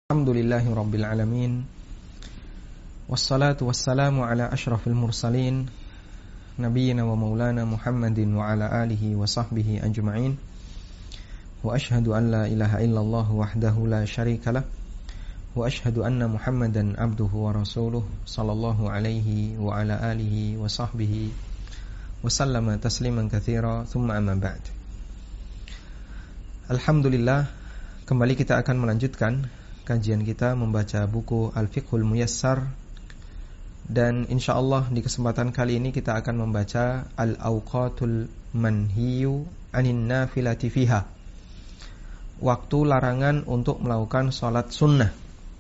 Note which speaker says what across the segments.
Speaker 1: Alhamdulillahi Rabbil Alamin. Wassalatu wassalamu ala ashrafil mursalin Nabiyyina wa maulana Muhammadin wa ala alihi wa sahbihi ajma'in. Wa ashhadu an la ilaha illallah wahdahu la syarikalah. Wa ashhadu anna Muhammadan abduhu wa rasuluh sallallahu alaihi wa ala alihi wa sahbihi wa sallama tasliman katsira. Thumma amma ba'd. Alhamdulillah, kembali kita akan melanjutkan kajian kita membaca buku Al-Fiqhul Muyassar, dan insyaallah di kesempatan kali ini kita akan membaca Al-Awqatul Manhiyu Anin Nafilati Fiha, waktu larangan untuk melakukan sholat sunnah.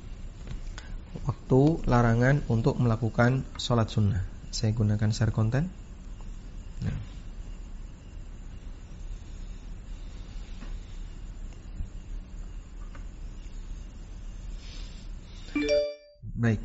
Speaker 1: Waktu larangan untuk melakukan sholat sunnah. Saya gunakan share konten. Baik.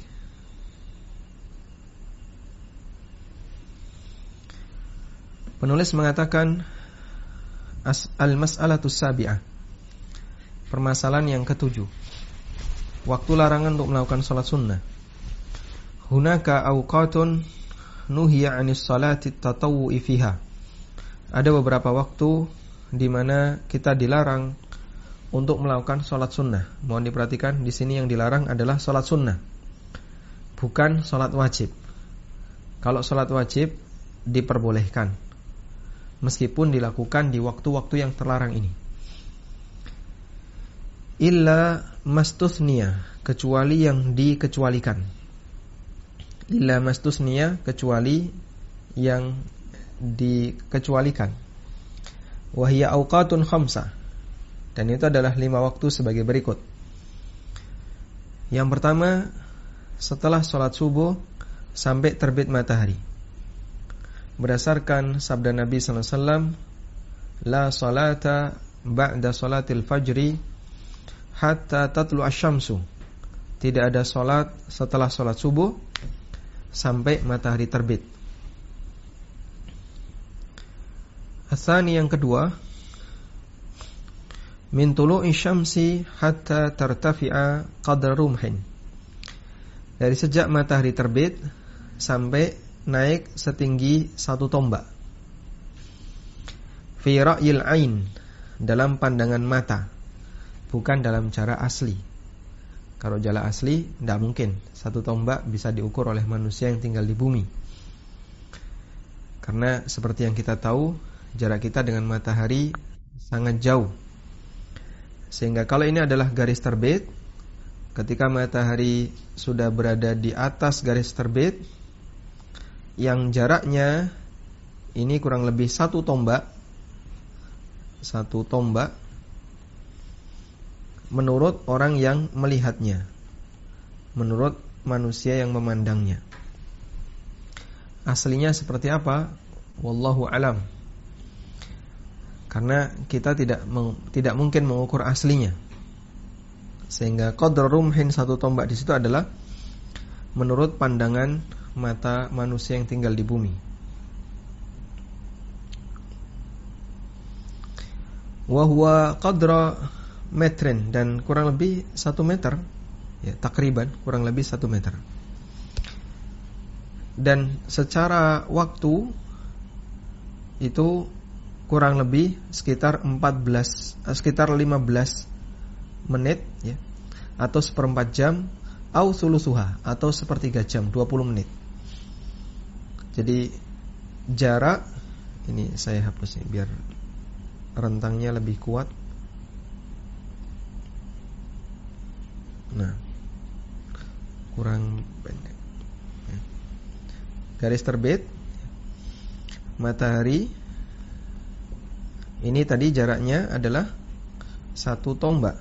Speaker 1: Penulis mengatakan al-mas'alatus sabi'ah, permasalahan yang ketujuh, waktu larangan untuk melakukan salat sunnah. Hunaka awqatun nuhiya 'anis salati tatawwu'i fiha. Ada beberapa waktu di mana kita dilarang untuk melakukan salat sunnah. Mohon diperhatikan, di sini yang dilarang adalah salat sunnah, bukan sholat wajib. Kalau sholat wajib diperbolehkan, meskipun dilakukan di waktu-waktu yang terlarang ini. Illa mastusniya, kecuali yang dikecualikan. Illa mastusniya, kecuali yang dikecualikan. Wahia awqatun khamsah, dan itu adalah 5 waktu sebagai berikut. Yang pertama, setelah sholat subuh sampai terbit matahari. Berdasarkan sabda Nabi SAW, la salata ba'da salatil fajri hatta tatlu asyamsu. Tidak ada sholat setelah sholat subuh sampai matahari terbit. Asani, yang kedua, min tulu'i syamsi hatta tartafi'a qadra rumhin. Dari sejak matahari terbit sampai naik setinggi 1 tombak. Fi ra'yil ain, dalam pandangan mata, bukan dalam cara asli. Kalau jala asli tidak mungkin 1 tombak bisa diukur oleh manusia yang tinggal di bumi. Karena seperti yang kita tahu, jarak kita dengan matahari sangat jauh. Sehingga kalau ini adalah garis terbit, ketika matahari sudah berada di atas garis terbit, yang jaraknya ini kurang lebih 1 tombak, 1 tombak menurut orang yang melihatnya, menurut manusia yang memandangnya. Aslinya seperti apa? Wallahu alam. Karena kita tidak mungkin mengukur aslinya. Sehingga qadra rumhin, 1 tombak di situ adalah menurut pandangan mata manusia yang tinggal di bumi. Wa huwa qadra metrin, dan kurang lebih 1 meter, ya, takriban kurang lebih 1 meter. Dan secara waktu itu kurang lebih sekitar 15 menit, ya, atau 1/4 jam, au sulusuha, atau 1/3 jam, 20 menit. Jadi jarak ini saya hapus nih biar rentangnya lebih kuat. Nah, kurang pendek. Garis terbit matahari ini tadi jaraknya adalah 1 tombak.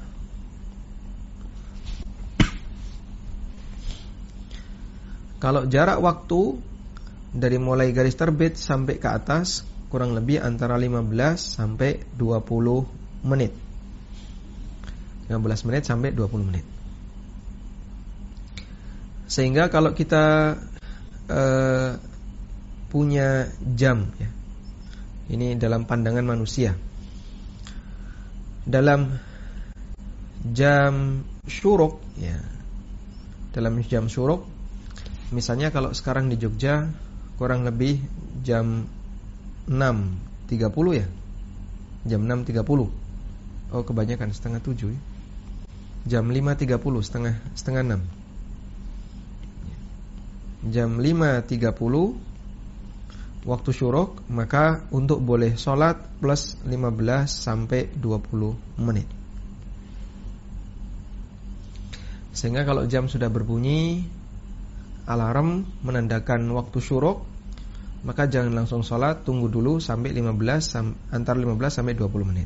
Speaker 1: Kalau jarak waktu dari mulai garis terbit sampai ke atas kurang lebih antara 15 sampai 20 menit. 15 menit sampai 20 menit. Sehingga kalau kita punya jam, ya, ini dalam pandangan manusia, dalam jam syuruk ya, dalam jam syuruk, misalnya kalau sekarang di Jogja kurang lebih jam 6.30 ya, jam 6.30. Oh kebanyakan, setengah 7 ya. Jam 5.30, setengah 6. Jam 5.30 waktu syuruk, maka untuk boleh sholat plus 15 sampai 20 menit. Sehingga kalau jam sudah berbunyi alarm menandakan waktu syuruk, maka jangan langsung sholat, tunggu dulu sampai antara 15 sampai 20 menit.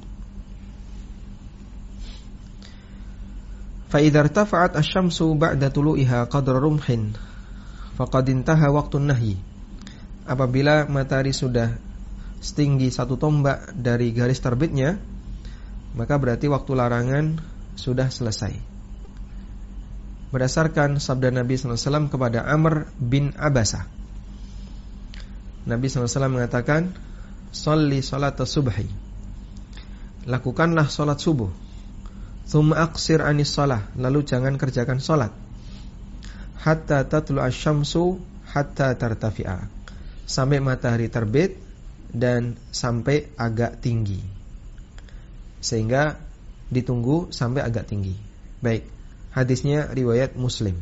Speaker 1: Fa idza irtafa'at asy-syamsu ba'da tulu'iha qadra rumhin faqad intaha waqtun nahyi. Apabila matahari sudah setinggi 1 tombak dari garis terbitnya, maka berarti waktu larangan sudah selesai. Berdasarkan sabda Nabi SAW kepada Amr bin Abasa, Nabi SAW mengatakan, "Sholli sholatas subhi." Lakukanlah sholat subuh. "Tsumma aqsir anis shalah." Lalu jangan kerjakan sholat. "Hatta tatlu asy-syamsu hatta tartafi'a." Sampai matahari terbit dan sampai agak tinggi. Sehingga ditunggu sampai agak tinggi. Baik, hadisnya riwayat Muslim.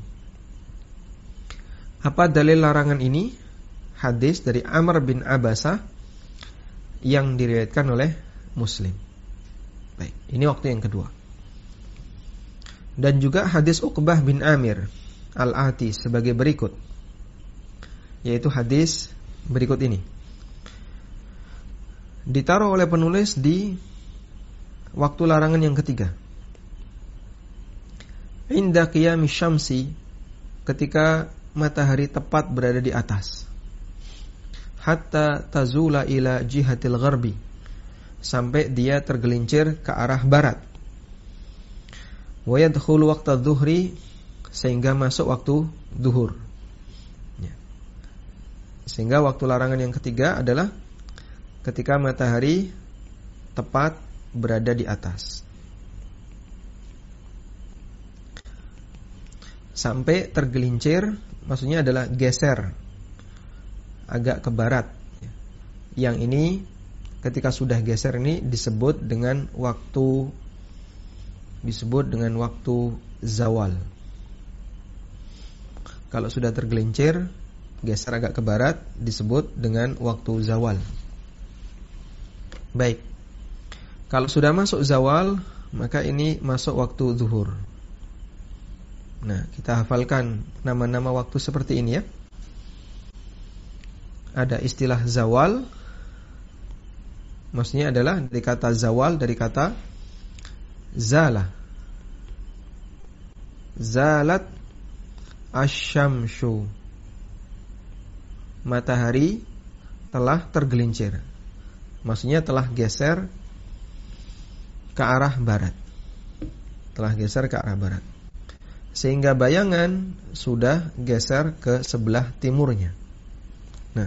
Speaker 1: Apa dalil larangan ini? Hadis dari Amr bin Abasa yang diriwayatkan oleh Muslim. Baik, ini waktu yang kedua. Dan juga hadis Uqbah bin Amir Al-Ati sebagai berikut, yaitu hadis berikut ini. Ditaruh oleh penulis di waktu larangan yang ketiga. Inda qiyamis syamsi, ketika matahari tepat berada di atas. Hatta tazula ila jihatil gharbi, sampai dia tergelincir ke arah barat. Wa yadkhulu waqta dhuhri, sehingga masuk waktu zuhur. Sehingga waktu larangan yang ketiga adalah ketika matahari tepat berada di atas, sampai tergelincir, maksudnya adalah geser agak ke barat. Yang ini ketika sudah geser ini disebut dengan waktu zawal. Kalau sudah tergelincir, geser agak ke barat, disebut dengan waktu zawal. Baik, kalau sudah masuk zawal, maka ini masuk waktu zuhur. Nah, kita hafalkan nama-nama waktu seperti ini ya. Ada istilah zawal, maksudnya adalah dari kata zawal, dari kata zala. Zalat asyamsu, matahari telah tergelincir, maksudnya telah geser ke arah barat. Telah geser ke arah barat, sehingga bayangan sudah geser ke sebelah timurnya. Nah,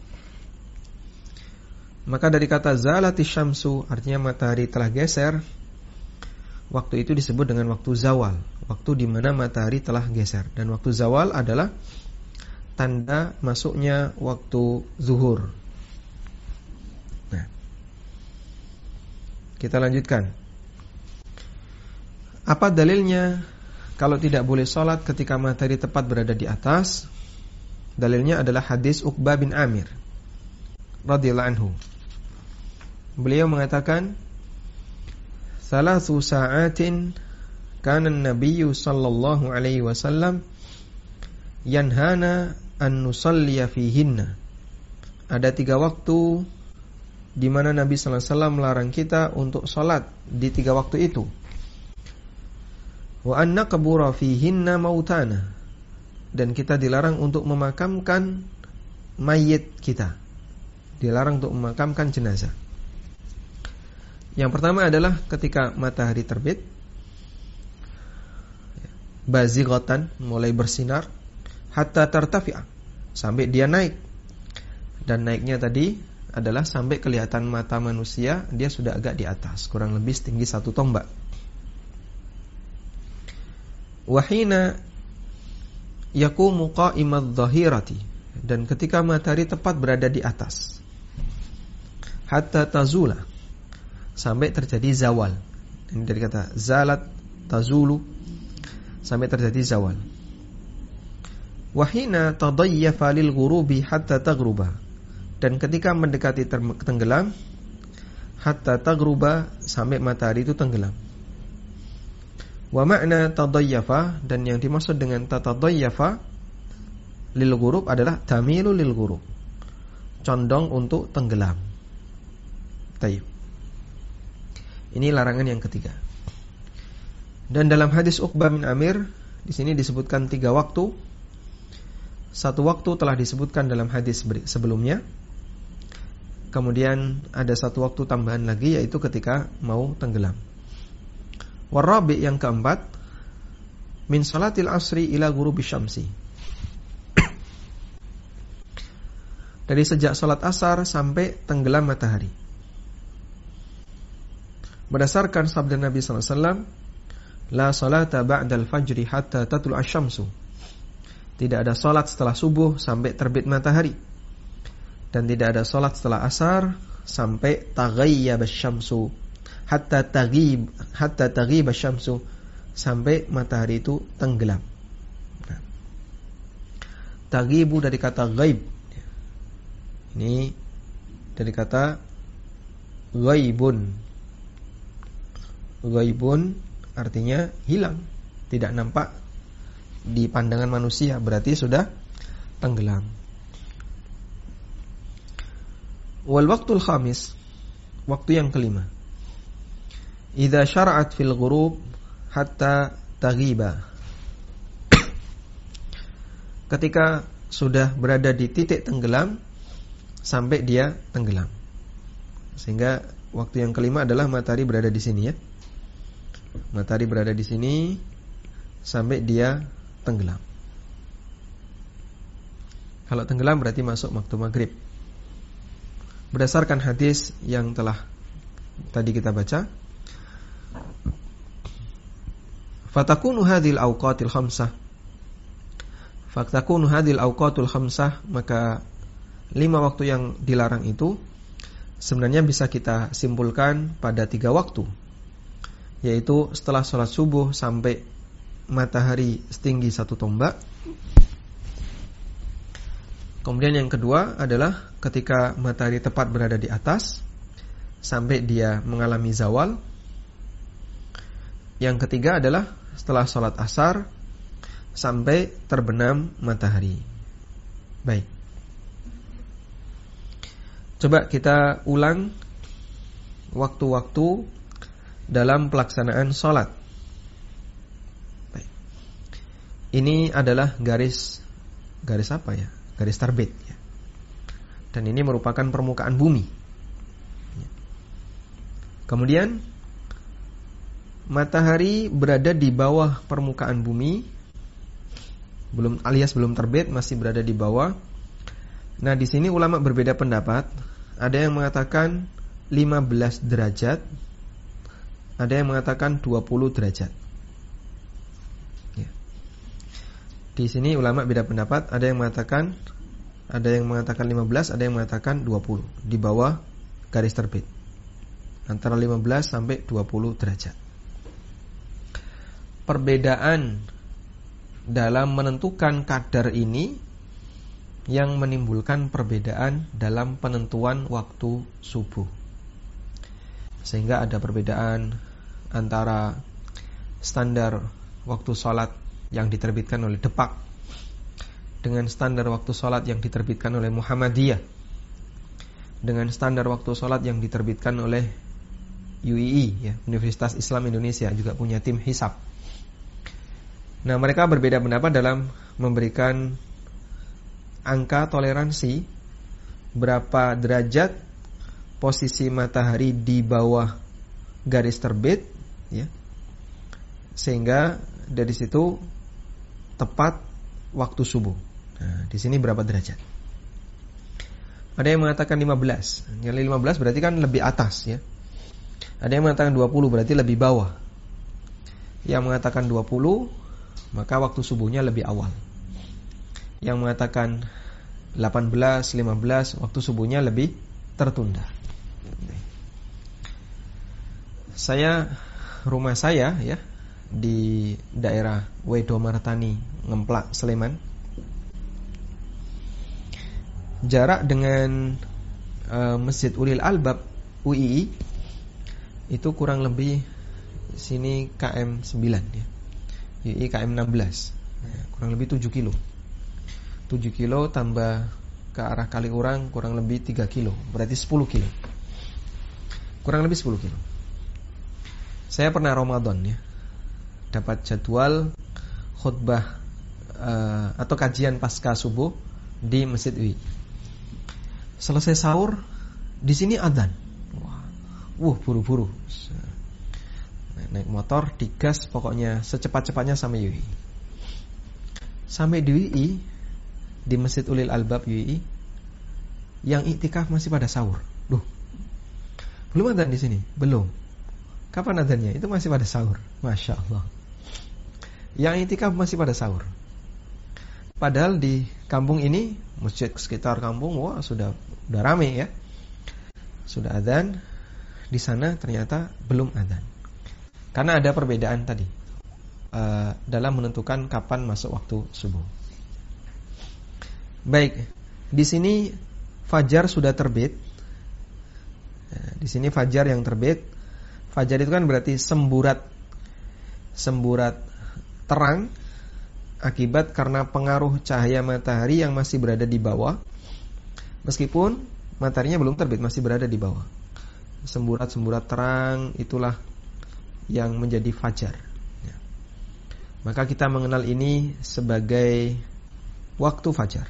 Speaker 1: maka dari kata zalatis syamsu, artinya matahari telah geser, waktu itu disebut dengan waktu zawal, waktu di mana matahari telah geser. Dan waktu zawal adalah tanda masuknya waktu zuhur. Nah, kita lanjutkan. Apa dalilnya kalau tidak boleh sholat ketika matahari tepat berada di atas? Dalilnya adalah hadis Uqbah bin Amir radhiyallahu anhu. Beliau mengatakan, "Thalathu sa'atin kana an-nabiyyu sallallahu alaihi wasallam yanhana an nusalliya fihinna." Ada 3 waktu di mana Nabi sallallahu alaihi wasallam melarang kita untuk salat di 3 waktu itu. Wa an naqbura fihinna mautana, dan kita dilarang untuk memakamkan mayit kita. Dilarang untuk memakamkan jenazah. Yang pertama adalah ketika matahari terbit, bazighatan, mulai bersinar, hatta tartafi'a, sampai dia naik. Dan naiknya tadi adalah sampai kelihatan mata manusia, dia sudah agak di atas, kurang lebih setinggi 1 tombak. Wahina yaqumu qa'imad dhahirati, dan ketika matahari tepat berada di atas, hatta tazula, sampai terjadi zawal. Ini dari kata zalat, tazulu, sampai terjadi zawal. Wahina tadayyafa lil ghurubi hatta taghruba, dan ketika mendekati tenggelam, hatta taghruba, sampai matahari itu tenggelam. Wa makna tadayyafa, dan yang dimaksud dengan tatadayyafa lil ghurub adalah tamilu lil ghurub, condong untuk tenggelam. Tayyib. Ini larangan yang ketiga. Dan dalam hadis Uqbah bin Amir di sini disebutkan 3 waktu. 1 waktu telah disebutkan dalam hadis sebelumnya. Kemudian ada 1 waktu tambahan lagi, yaitu ketika mau tenggelam. Warabi, yang keempat, min salatil asri ila ghurubi syamsi, dari sejak salat asar sampai tenggelam matahari. Berdasarkan sabda Nabi SAW, la salata ba'dal fajri hatta tatlu'a syamsu, tidak ada salat setelah subuh sampai terbit matahari, dan tidak ada salat setelah asar sampai taghayyaba syamsu, hatta taghib syamsu, sampai matahari itu tenggelam. Nah, taghibu dari kata ghaib. Ini dari kata ghaibun. Ghaibun artinya hilang, tidak nampak di pandangan manusia, berarti sudah tenggelam. Wal waqtul khamis, waktu yang kelima, idza syara'at fil ghurub hatta taghiba, ketika sudah berada di titik tenggelam sampai dia tenggelam. Sehingga waktu yang kelima adalah matahari berada di sini, ya. Matahari berada di sini sampai dia tenggelam. Kalau tenggelam berarti masuk waktu maghrib, berdasarkan hadis yang telah tadi kita baca. Fatakunu hadhil awqatil khamsah, fatakunu hadhil awqatul khamsah, maka 5 waktu yang dilarang itu sebenarnya bisa kita simpulkan pada 3 waktu, yaitu setelah sholat subuh sampai matahari setinggi 1 tombak. Kemudian yang kedua adalah ketika matahari tepat berada di atas sampai dia mengalami zawal. Yang ketiga adalah setelah sholat asar sampai terbenam matahari. Baik, coba kita ulang waktu-waktu dalam pelaksanaan sholat. Baik. Ini adalah garis apa ya? Garis terbit, ya. Dan ini merupakan permukaan bumi. Kemudian matahari berada di bawah permukaan bumi, belum terbit, masih berada di bawah. Nah, di sini ulama berbeda pendapat. Ada yang mengatakan 15 derajat, ada yang mengatakan 20 derajat. Ya. Di sini ulama beda pendapat. Ada yang mengatakan 15, ada yang mengatakan 20, di bawah garis terbit, antara 15 sampai 20 derajat. Perbedaan dalam menentukan kadar ini yang menimbulkan perbedaan dalam penentuan waktu subuh. Sehingga ada perbedaan antara standar waktu sholat yang diterbitkan oleh Depak dengan standar waktu sholat yang diterbitkan oleh Muhammadiyah, dengan standar waktu sholat yang diterbitkan oleh UII, ya, Universitas Islam Indonesia, juga punya tim hisab. Nah, mereka berbeda pendapat dalam memberikan angka toleransi berapa derajat posisi matahari di bawah garis terbit, ya, sehingga dari situ tepat waktu subuh. Nah, di sini berapa derajat? Ada yang mengatakan 15. Yang 15 berarti kan lebih atas, ya. Ada yang mengatakan 20 berarti lebih bawah. Yang mengatakan 20 maka waktu subuhnya lebih awal. Yang mengatakan 18, 15, waktu subuhnya lebih tertunda. Rumah saya ya di daerah Wedo Martani, Ngemplak, Sleman. Jarak dengan Masjid Ulil Albab UII itu kurang lebih sini KM 9 ya. UII KM 16. Ya, kurang lebih 7 kilo. 7 kilo tambah ke arah Kaliurang kurang lebih 3 kilo, berarti 10 kilo. Kurang lebih 10 kilo. Saya pernah Ramadan ya, dapat jadwal khutbah atau kajian pasca subuh di Masjid UI. Selesai sahur, di sini adzan. Buru-buru. Naik motor, digas, pokoknya secepat-cepatnya sampai UI. Sampai di UI, di Masjid Ulil Albab UI, yang iktikaf masih pada sahur. Belum adzan di sini, belum. Kapan adzannya? Itu masih pada sahur. Masya Allah. Yang iktikaf masih pada sahur. Padahal di kampung ini, masjid sekitar kampung, sudah rame ya. Sudah adzan. Di sana ternyata belum adzan. Karena ada perbedaan tadi dalam menentukan kapan masuk waktu subuh. Baik, di sini fajar sudah terbit. Di sini fajar yang terbit. Fajar itu kan berarti semburat terang akibat karena pengaruh cahaya matahari yang masih berada di bawah. Meskipun mataharinya belum terbit, masih berada di bawah. Semburat-semburat terang itulah yang menjadi fajar. Maka kita mengenal ini sebagai waktu fajar.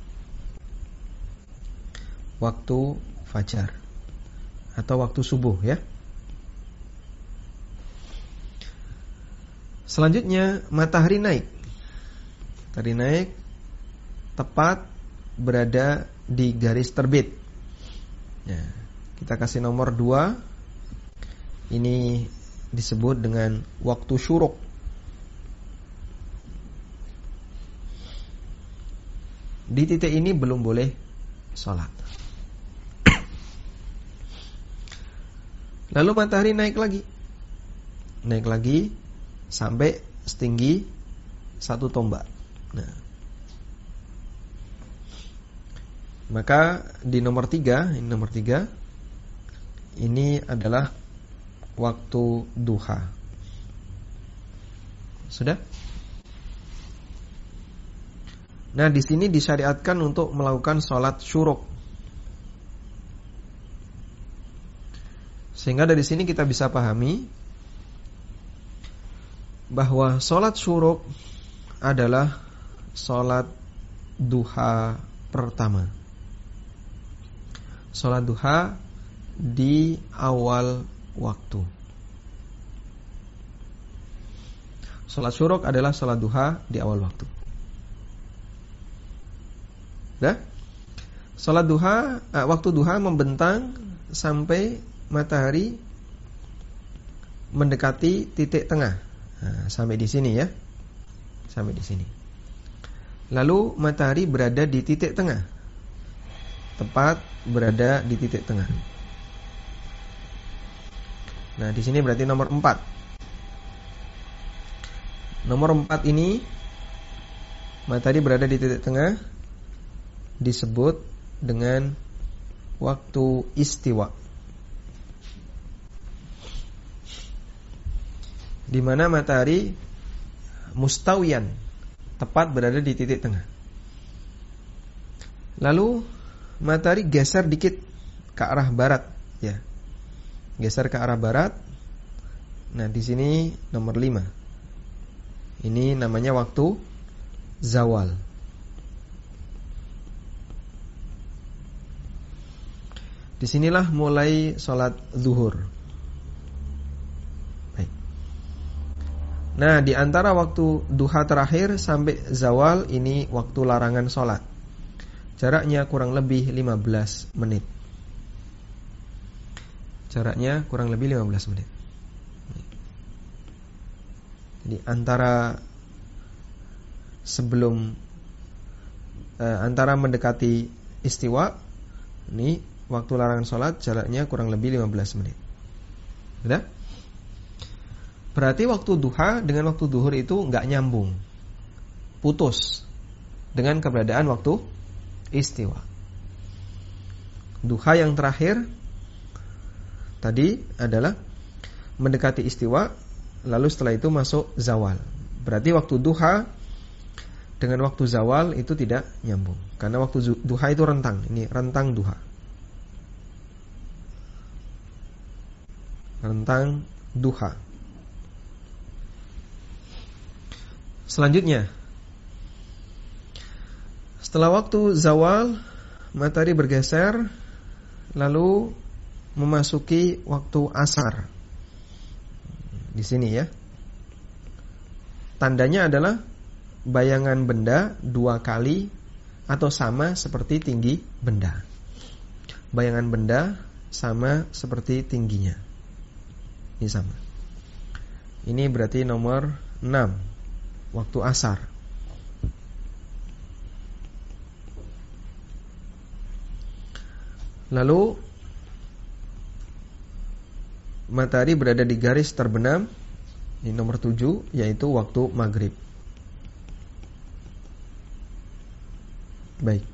Speaker 1: Waktu fajar atau waktu subuh ya. Selanjutnya matahari naik. Matahari naik tepat berada di garis terbit. Ya, kita kasih nomor 2. Ini disebut dengan waktu syuruk. Di titik ini belum boleh sholat. Lalu matahari naik lagi sampai setinggi 1 tombak. Nah, maka di nomor 3, ini adalah waktu duha. Sudah? Nah, di sini disyariatkan untuk melakukan sholat syuruk. Sehingga dari sini kita bisa pahami bahwa sholat syuruk adalah sholat duha pertama. Sholat duha di awal waktu. Sholat syuruk adalah sholat duha di awal waktu. Sholat duha, waktu duha membentang sampai matahari mendekati titik tengah. Nah, sampai di sini ya. Sampai di sini. Lalu matahari berada di titik tengah. Tepat berada di titik tengah. Nah, di sini berarti nomor 4. Nomor 4 ini matahari berada di titik tengah disebut dengan waktu istiwa. Di mana matahari mustawiyan, tepat berada di titik tengah. Lalu matahari geser dikit ke arah barat, ya. Geser ke arah barat. Nah, di sini nomor 5. Ini namanya waktu zawal. Disinilah mulai sholat zuhur. Baik. Nah, di antara waktu duha terakhir sampai zawal ini waktu larangan sholat. Jaraknya kurang lebih 15 menit. Jaraknya kurang lebih 15 menit. Jadi antara sebelum antara mendekati istiwa, ini waktu larangan sholat jaraknya kurang lebih 15 menit. Sudah? Berarti waktu duha dengan waktu duhur itu nggak nyambung, putus dengan keberadaan waktu istiwa. Duha yang terakhir tadi adalah mendekati istiwa, lalu setelah itu masuk zawal. Berarti waktu duha dengan waktu zawal itu tidak nyambung, karena waktu duha itu rentang. Ini rentang duha, rentang duha. Selanjutnya, setelah waktu zawal, matahari bergeser, lalu memasuki waktu asar. Di sini ya, tandanya adalah bayangan benda 2 kali atau sama seperti tinggi benda. Bayangan benda sama seperti tingginya. Ini sama. Ini berarti nomor 6, waktu asar. Lalu matahari berada di garis terbenam. Ini nomor 7, yaitu waktu maghrib. Baik.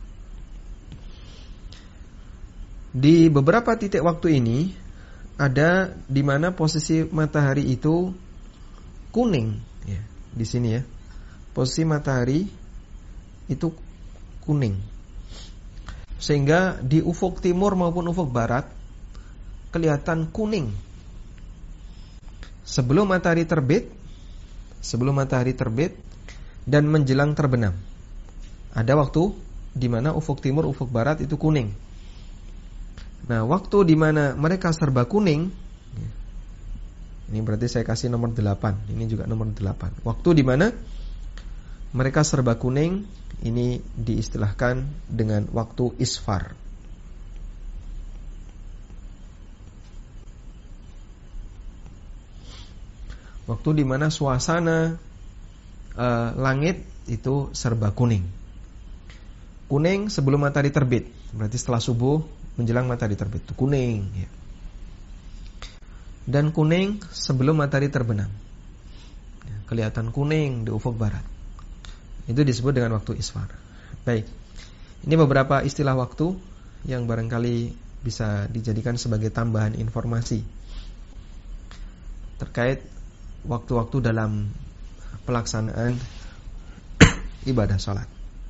Speaker 1: Di beberapa titik waktu ini ada di mana posisi matahari itu kuning, ya, di sini ya. Posisi matahari itu kuning. Sehingga di ufuk timur maupun ufuk barat kelihatan kuning. Sebelum matahari terbit dan menjelang terbenam. Ada waktu di mana ufuk timur, ufuk barat itu kuning. Nah, waktu di mana mereka serba kuning, ini berarti saya kasih nomor 8. Ini juga nomor 8. Waktu di mana mereka serba kuning, ini diistilahkan dengan waktu isfar. Waktu di mana suasana langit itu serba kuning. Kuning sebelum matahari terbit, berarti setelah subuh menjelang matahari terbit itu kuning, ya. Dan kuning sebelum matahari terbenam, ya, kelihatan kuning di ufuk barat. Itu disebut dengan waktu isfar. Baik, ini beberapa istilah waktu yang barangkali bisa dijadikan sebagai tambahan informasi terkait waktu-waktu dalam pelaksanaan ibadah sholat.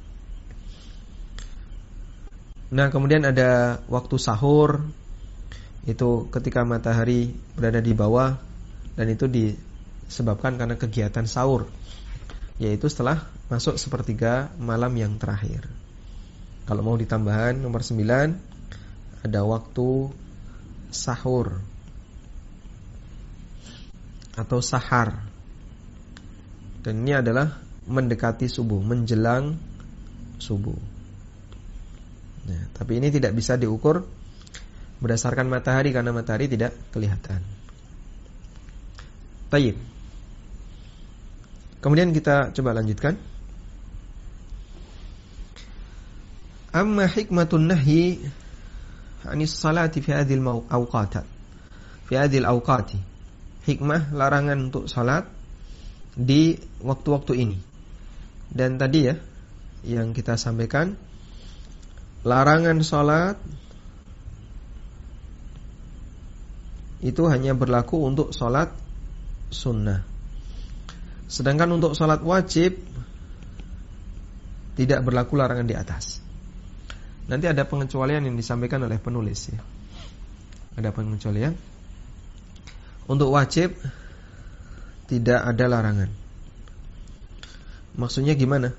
Speaker 1: Nah, kemudian ada waktu sahur. Itu ketika matahari berada di bawah, dan itu disebabkan karena kegiatan sahur, yaitu setelah masuk sepertiga malam yang terakhir. Kalau mau ditambahan nomor 9, ada waktu sahur atau sahar. Dan ini adalah mendekati subuh, menjelang subuh. Nah, tapi ini tidak bisa diukur berdasarkan matahari karena matahari tidak kelihatan. Tayyib. Kemudian kita coba lanjutkan. Amma hikmatun nahyi 'anis salati fi hadhil awqat. Fi hadhil awqati. Hikmah larangan untuk salat di waktu-waktu ini. Dan tadi ya yang kita sampaikan, larangan salat itu hanya berlaku untuk salat sunnah. Sedangkan untuk salat wajib tidak berlaku larangan di atas. Nanti ada pengecualian yang disampaikan oleh penulis ya. Ada pengecualian. Untuk wajib tidak ada larangan. Maksudnya gimana?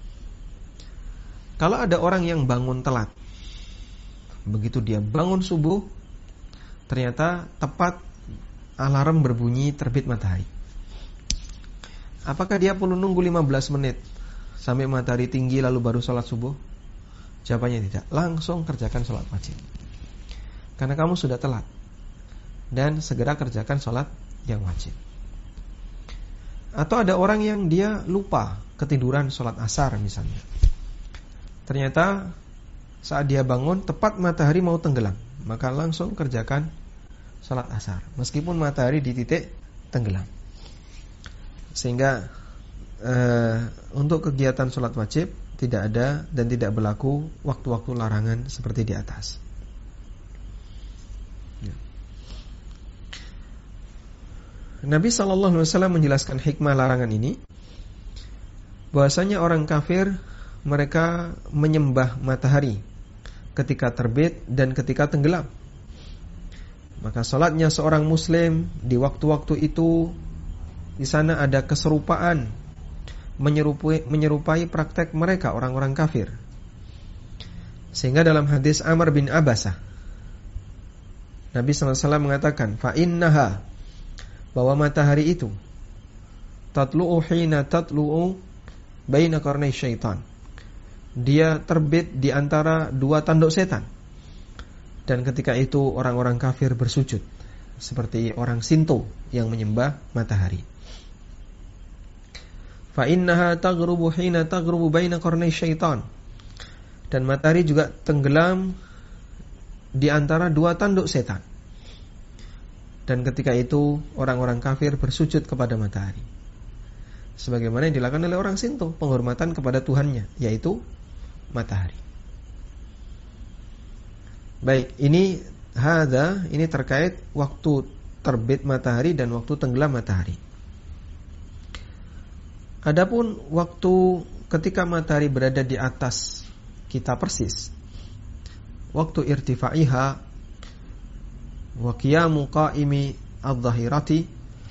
Speaker 1: Kalau ada orang yang bangun telat, begitu dia bangun subuh, ternyata tepat alarm berbunyi terbit matahari. Apakah dia perlu nunggu 15 menit sampai matahari tinggi lalu baru sholat subuh? Jawabannya tidak. Langsung kerjakan sholat wajib, karena kamu sudah telat. Dan segera kerjakan sholat yang wajib. Atau ada orang yang dia lupa ketiduran sholat asar misalnya. Ternyata saat dia bangun tepat matahari mau tenggelam, maka langsung kerjakan sholat asar meskipun matahari di titik tenggelam. Sehingga untuk kegiatan sholat wajib tidak ada dan tidak berlaku waktu-waktu larangan seperti di atas. Nabi SAW menjelaskan hikmah larangan ini, bahwasanya orang kafir mereka menyembah matahari ketika terbit dan ketika tenggelam. Maka salatnya seorang muslim di waktu-waktu itu, di sana ada keserupaan, menyerupai praktek mereka orang-orang kafir. Sehingga dalam hadis Amr bin Abasah, Nabi SAW mengatakan, fa innaha, bahwa matahari itu tatlu'u hina tatlu'u baina qarnai syaitan, dia terbit di antara dua tanduk setan. Dan ketika itu orang-orang kafir bersujud seperti orang Sinto yang menyembah matahari. Fa innaha taghrubu hina taghrubu baina qarnai syaitan, dan matahari juga tenggelam di antara dua tanduk setan. Dan ketika itu orang-orang kafir bersujud kepada matahari, sebagaimana yang dilakukan oleh orang Sinto, penghormatan kepada Tuhannya, yaitu matahari. Baik, ini terkait waktu terbit matahari dan waktu tenggelam matahari. Adapun waktu ketika matahari berada di atas kita persis, waktu irtifaiha wa qiyamu qaimi adh-dhahirati,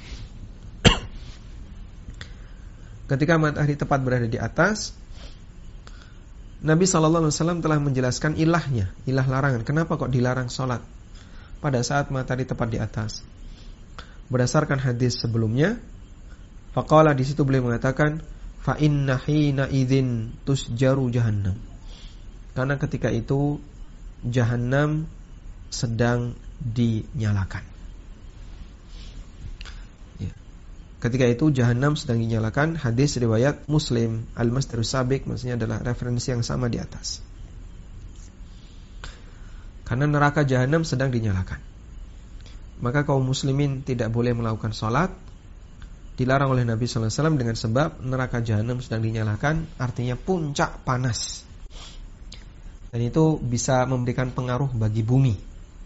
Speaker 1: ketika matahari tepat berada di atas, Nabi SAW telah menjelaskan ilahnya, ilah larangan. Kenapa kok dilarang sholat pada saat matahari tepat di atas? Berdasarkan hadis sebelumnya, faqala, di situ beliau mengatakan, fa inna hina idzin tusjaru jahannam, karena ketika itu jahannam sedang dinyalakan. Ya. Ketika itu jahannam sedang dinyalakan. Hadis riwayat Muslim, al-masdarus sabiq, maksudnya adalah referensi yang sama di atas. Karena neraka jahannam sedang dinyalakan, maka kaum muslimin tidak boleh melakukan sholat, dilarang oleh Nabi SAW dengan sebab neraka jahannam sedang dinyalakan, artinya puncak panas, dan itu bisa memberikan pengaruh bagi bumi.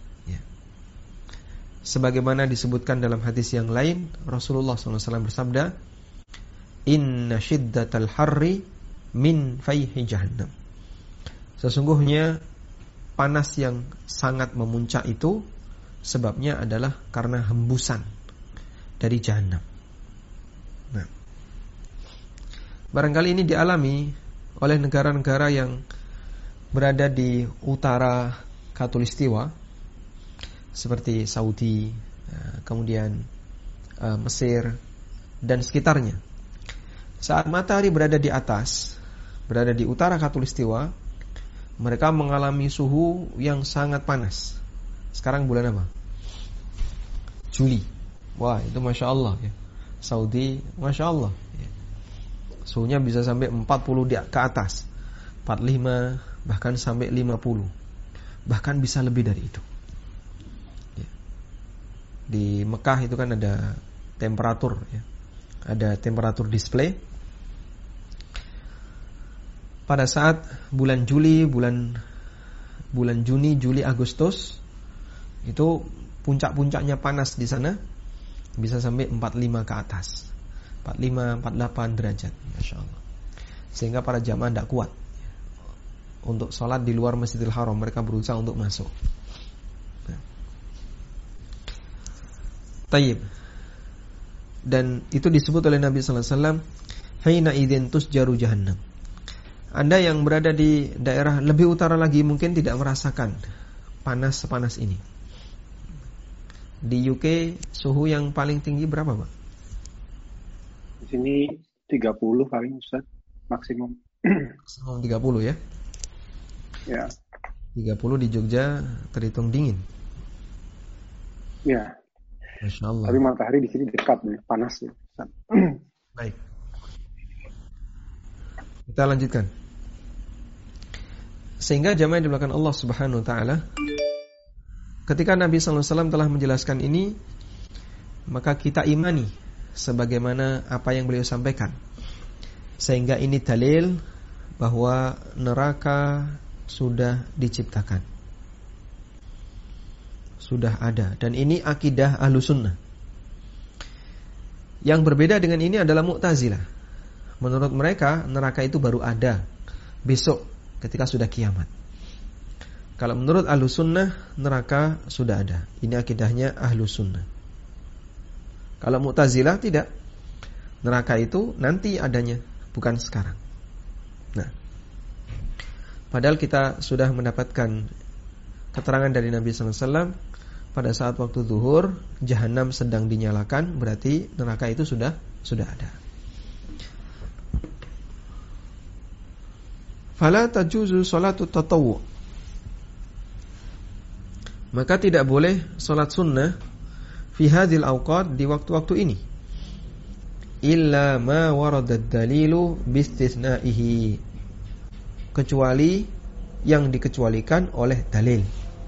Speaker 1: Sebagaimana disebutkan dalam hadis yang lain, Rasulullah SAW bersabda, inna shiddatal harri min fayhi jahannam, sesungguhnya panas yang sangat memuncak itu sebabnya adalah karena hembusan dari jahannam. Nah, barangkali ini dialami oleh negara-negara yang berada di utara Khatulistiwa, seperti Saudi, kemudian Mesir dan sekitarnya. Saat matahari berada di atas, berada di utara Khatulistiwa, mereka mengalami suhu yang sangat panas. Sekarang bulan apa? Juli. Wah, itu Masya Allah ya. Saudi, Masya Allah ya. Suhunya bisa sampai 40 ke atas, 45, bahkan sampai 50, bahkan bisa lebih dari itu. Di Mekah itu kan ada temperatur ya. Ada temperatur display. Pada saat bulan Juli, bulan Juni, Juli, Agustus, itu puncak-puncaknya panas di sana bisa sampai 45 ke atas. 45, 48 derajat, Masya Allah. Sehingga para jamaah tidak kuat untuk sholat di luar Masjidil Haram, mereka berusaha untuk masuk. Tayyib. Dan itu disebut oleh Nabi sallallahu alaihi wasallam, "Haina idzin tusjaru jahannam." Anda yang berada di daerah lebih utara lagi mungkin tidak merasakan panas sepanas ini. Di UK suhu yang paling tinggi berapa, Pak?
Speaker 2: Di sini 30 paling, Ustaz, maksimum.
Speaker 1: Maksimum 30 ya?
Speaker 2: Ya.
Speaker 1: 30 di Jogja terhitung dingin.
Speaker 2: Ya.
Speaker 1: Masya Allah.
Speaker 2: Tapi matahari di sini dekat nih, panas ya.
Speaker 1: Baik. Kita lanjutkan. Sehingga jamaah yang dimulakan Allah Subhanahu wa taala, ketika Nabi sallallahu alaihi wasallam telah menjelaskan ini, maka kita imani sebagaimana apa yang beliau sampaikan. Sehingga ini dalil bahwa neraka sudah diciptakan, sudah ada, dan ini akidah Ahlussunnah. Yang berbeda dengan ini adalah Mu'tazilah. Menurut mereka neraka itu baru ada besok ketika sudah kiamat. Kalau menurut Ahlussunnah neraka sudah ada. Ini akidahnya Ahlussunnah. Kalau Mu'tazilah tidak. Neraka itu nanti adanya, bukan sekarang. Nah, padahal kita sudah mendapatkan keterangan dari Nabi sallallahu alaihi wasallam pada saat waktu zuhur Jahannam sedang dinyalakan, berarti neraka itu sudah ada. Fala tajuzu salatu tatawwu. Maka tidak boleh salat sunnah fi hadhil awqat, di waktu-waktu ini, illa ma warada ad-dalilu bistitsna'ihi, kecuali yang dikecualikan oleh dalil.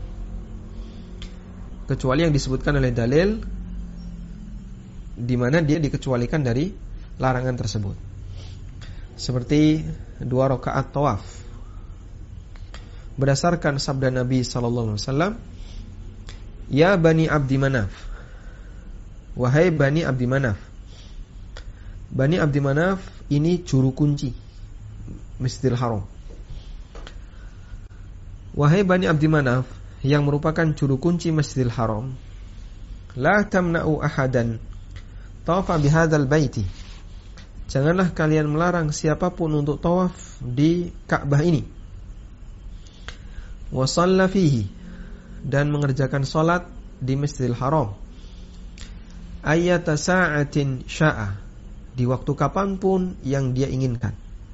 Speaker 1: Kecuali yang disebutkan oleh dalil di mana dia dikecualikan dari larangan tersebut. Seperti 2 rakaat tawaf. Berdasarkan sabda Nabi sallallahu alaihi wasallam, "Ya Bani Abdi Manaf." Wahai Bani Abdi Manaf. Bani Abdi Manaf ini juru kunci Masjidil Haram. Wahai Bani Abdi Manaf, yang merupakan juru kunci Masjidil Haram, la tamna'u ahadan tawafa bihadzal baiti. Janganlah kalian melarang siapapun untuk tawaf di Ka'bah ini. Wa shalla fihi, dan mengerjakan salat di Masjidil Haram. Ayyata sa'atin sya'a, di waktu kapanpun yang dia inginkan.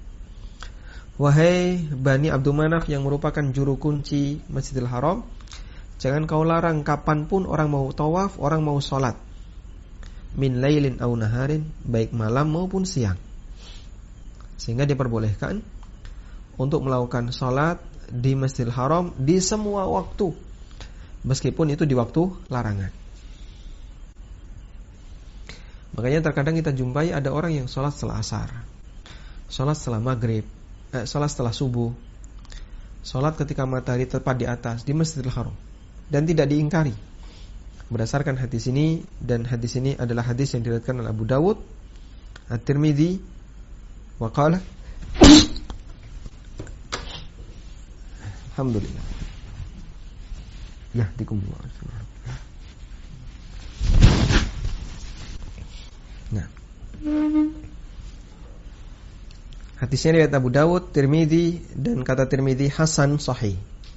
Speaker 1: Wahai Bani Abdul Manaf yang merupakan juru kunci Masjidil Haram, jangan kau larang kapanpun orang mau tawaf, orang mau sholat, min lailin aw naharin, baik malam maupun siang. Sehingga diperbolehkan untuk melakukan sholat di Masjidil Haram di semua waktu, meskipun itu di waktu larangan. Makanya terkadang kita jumpai ada orang yang sholat setelah asar, sholat setelah maghrib, sholat setelah subuh, sholat ketika matahari tepat di atas di Masjidil Haram, dan tidak diingkari berdasarkan hadis ini. Dan hadis ini adalah hadis yang diriwayatkan oleh Abu Dawud, At-Tirmidzi, wa qala alhamdulillah yahdikumullah. Nah, hadisnya riwayat Abu Dawud, Tirmidzi, dan kata Tirmidzi hasan sahih.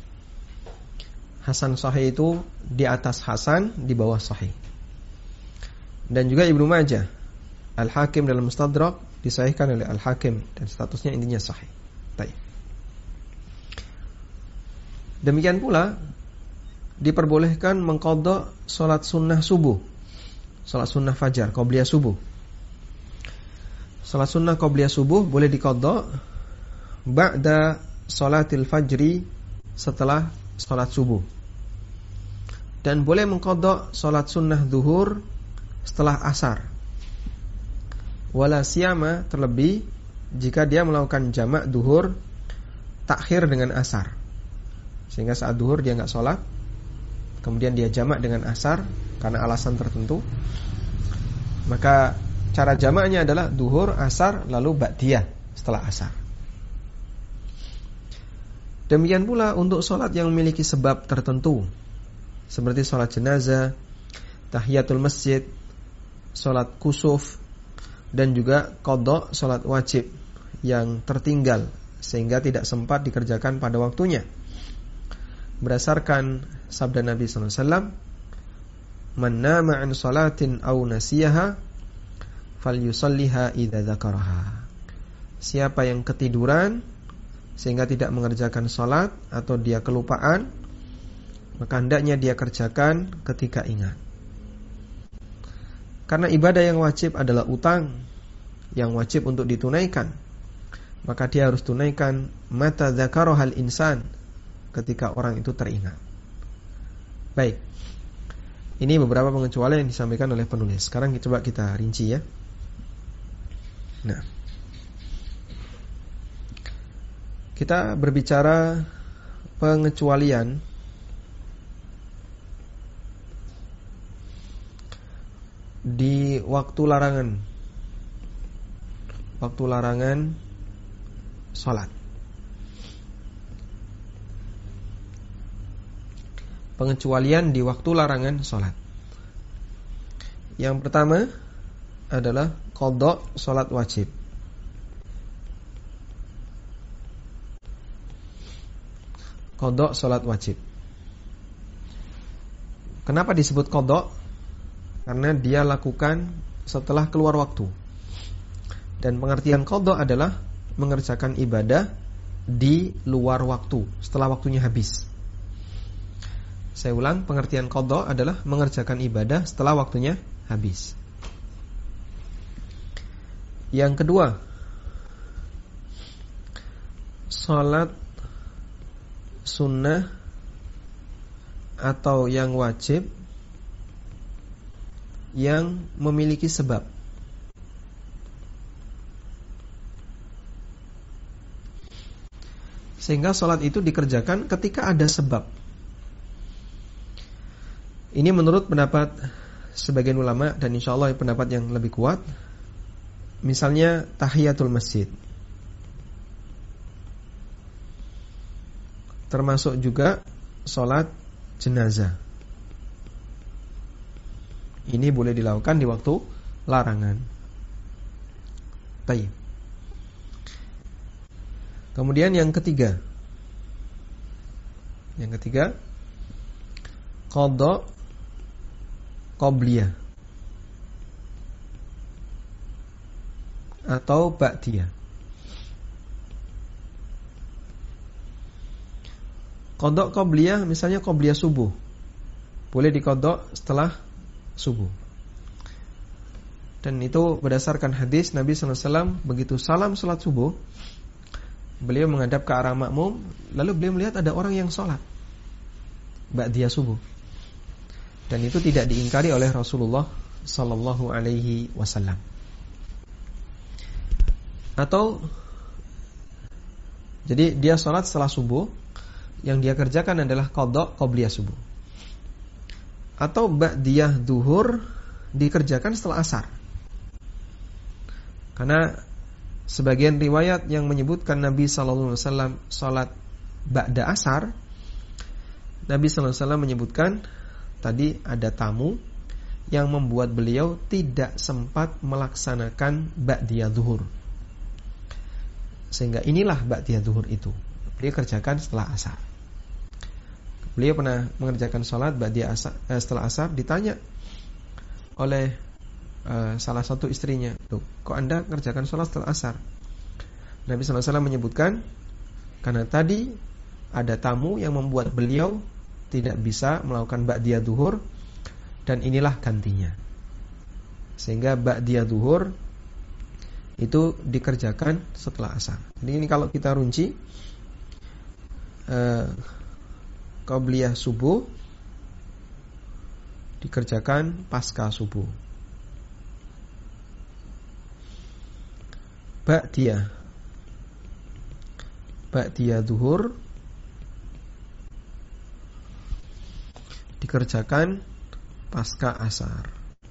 Speaker 1: Hasan sahih itu di atas hasan, di bawah sahih. Dan juga Ibnu Majah, Al-Hakim dalam Mustadrak disahihkan oleh Al-Hakim, dan statusnya intinya sahih. Baik. Demikian pula diperbolehkan mengqadha salat sunnah subuh, salat sunnah fajar, qobliyah subuh. Salat sunnah qobliyah subuh boleh diqadha ba'da salatil fajri, setelah salat subuh. Dan boleh mengqadha salat sunnah zuhur setelah asar. Wala siyama, terlebih jika dia melakukan jamak zuhur takhir dengan asar, sehingga saat zuhur dia enggak salat, kemudian dia jamak dengan asar karena alasan tertentu, maka cara jamaknya adalah zuhur, asar, lalu ba'diyah setelah asar. Demikian pula untuk salat yang memiliki sebab tertentu, seperti salat jenazah, tahiyatul masjid, salat kusuf, dan juga qadha salat wajib yang tertinggal sehingga tidak sempat dikerjakan pada waktunya. Berdasarkan sabda Nabi sallallahu alaihi wasallam, "Man nama 'an salatin aw nasiyaha falyusalliha idza dzakaraha." Siapa yang ketiduran sehingga tidak mengerjakan salat atau dia kelupaan, maka hendaknya dia kerjakan ketika ingat. Karena ibadah yang wajib adalah utang yang wajib untuk ditunaikan. maka dia harus tunaikan mata dzakarohal insan, ketika orang itu teringat. Baik, ini beberapa pengecualian yang disampaikan oleh penulis. Sekarang coba kita rinci ya. Nah, kita berbicara pengecualian di waktu larangan. Waktu larangan salat. Pengecualian di waktu larangan salat. Yang pertama adalah qadha salat wajib. Qadha salat wajib. Kenapa disebut qadha? Karena dia lakukan setelah keluar waktu. Dan pengertian qadha adalah mengerjakan ibadah di luar waktu, setelah waktunya habis. Saya ulang, pengertian qadha adalah mengerjakan ibadah setelah waktunya habis. Yang kedua, salat sunnah atau yang wajib yang memiliki sebab. Sehingga salat itu dikerjakan ketika ada sebab. Ini menurut pendapat sebagian ulama dan insyaallah pendapat yang lebih kuat. Misalnya tahiyatul masjid. Termasuk juga salat jenazah. Ini boleh dilakukan di waktu larangan. Baik. Kemudian yang ketiga. Qadha qabliyah atau ba'diyah. Qadha qabliyah misalnya qabliyah subuh. Boleh diqadha setelah subuh. Dan itu berdasarkan hadis Nabi SAW, begitu salam salat subuh, beliau menghadap ke arah makmum, lalu beliau melihat ada orang yang salat ba'diyah subuh. Dan itu tidak diingkari oleh Rasulullah sallallahu alaihi wasallam. Atau jadi dia salat setelah subuh, yang dia kerjakan adalah qadha qabliyah subuh. Atau ba'diyah duhur dikerjakan setelah asar. Karena sebagian riwayat yang menyebutkan Nabi sallallahu alaihi wasallam salat ba'da asar, Nabi sallallahu alaihi wasallam menyebutkan tadi ada tamu yang membuat beliau tidak sempat melaksanakan ba'diyah zuhur. Sehingga inilah ba'diyah zuhur itu. Beliau kerjakan setelah asar. Beliau pernah mengerjakan salat ba'diyah asar, setelah asar, ditanya oleh salah satu istrinya, "Loh, kok Anda kerjakan salat setelah asar?" Nabi sallallahu alaihi wasallam menyebutkan, karena tadi ada tamu yang membuat beliau tidak bisa melakukan ba'diyah zuhur, dan inilah gantinya. Sehingga ba'diyah zuhur itu dikerjakan setelah asar. Jadi ini kalau kita runci, qabliyah subuh dikerjakan pasca subuh. Ba'diyah zuhur dikerjakan pasca asar.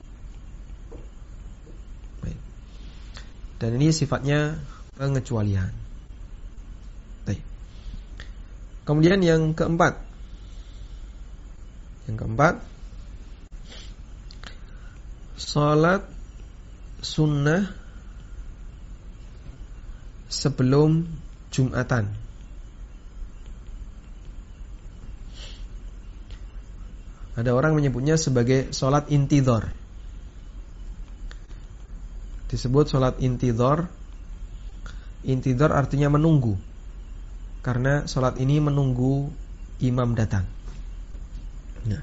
Speaker 1: Baik. Dan ini sifatnya pengecualian. Baik. Kemudian yang keempat. Salat sunnah sebelum Jumatan. Ada orang menyebutnya sebagai salat intidhar. Disebut salat intidhar. Intidhar artinya menunggu. Karena salat ini menunggu imam datang. Nah,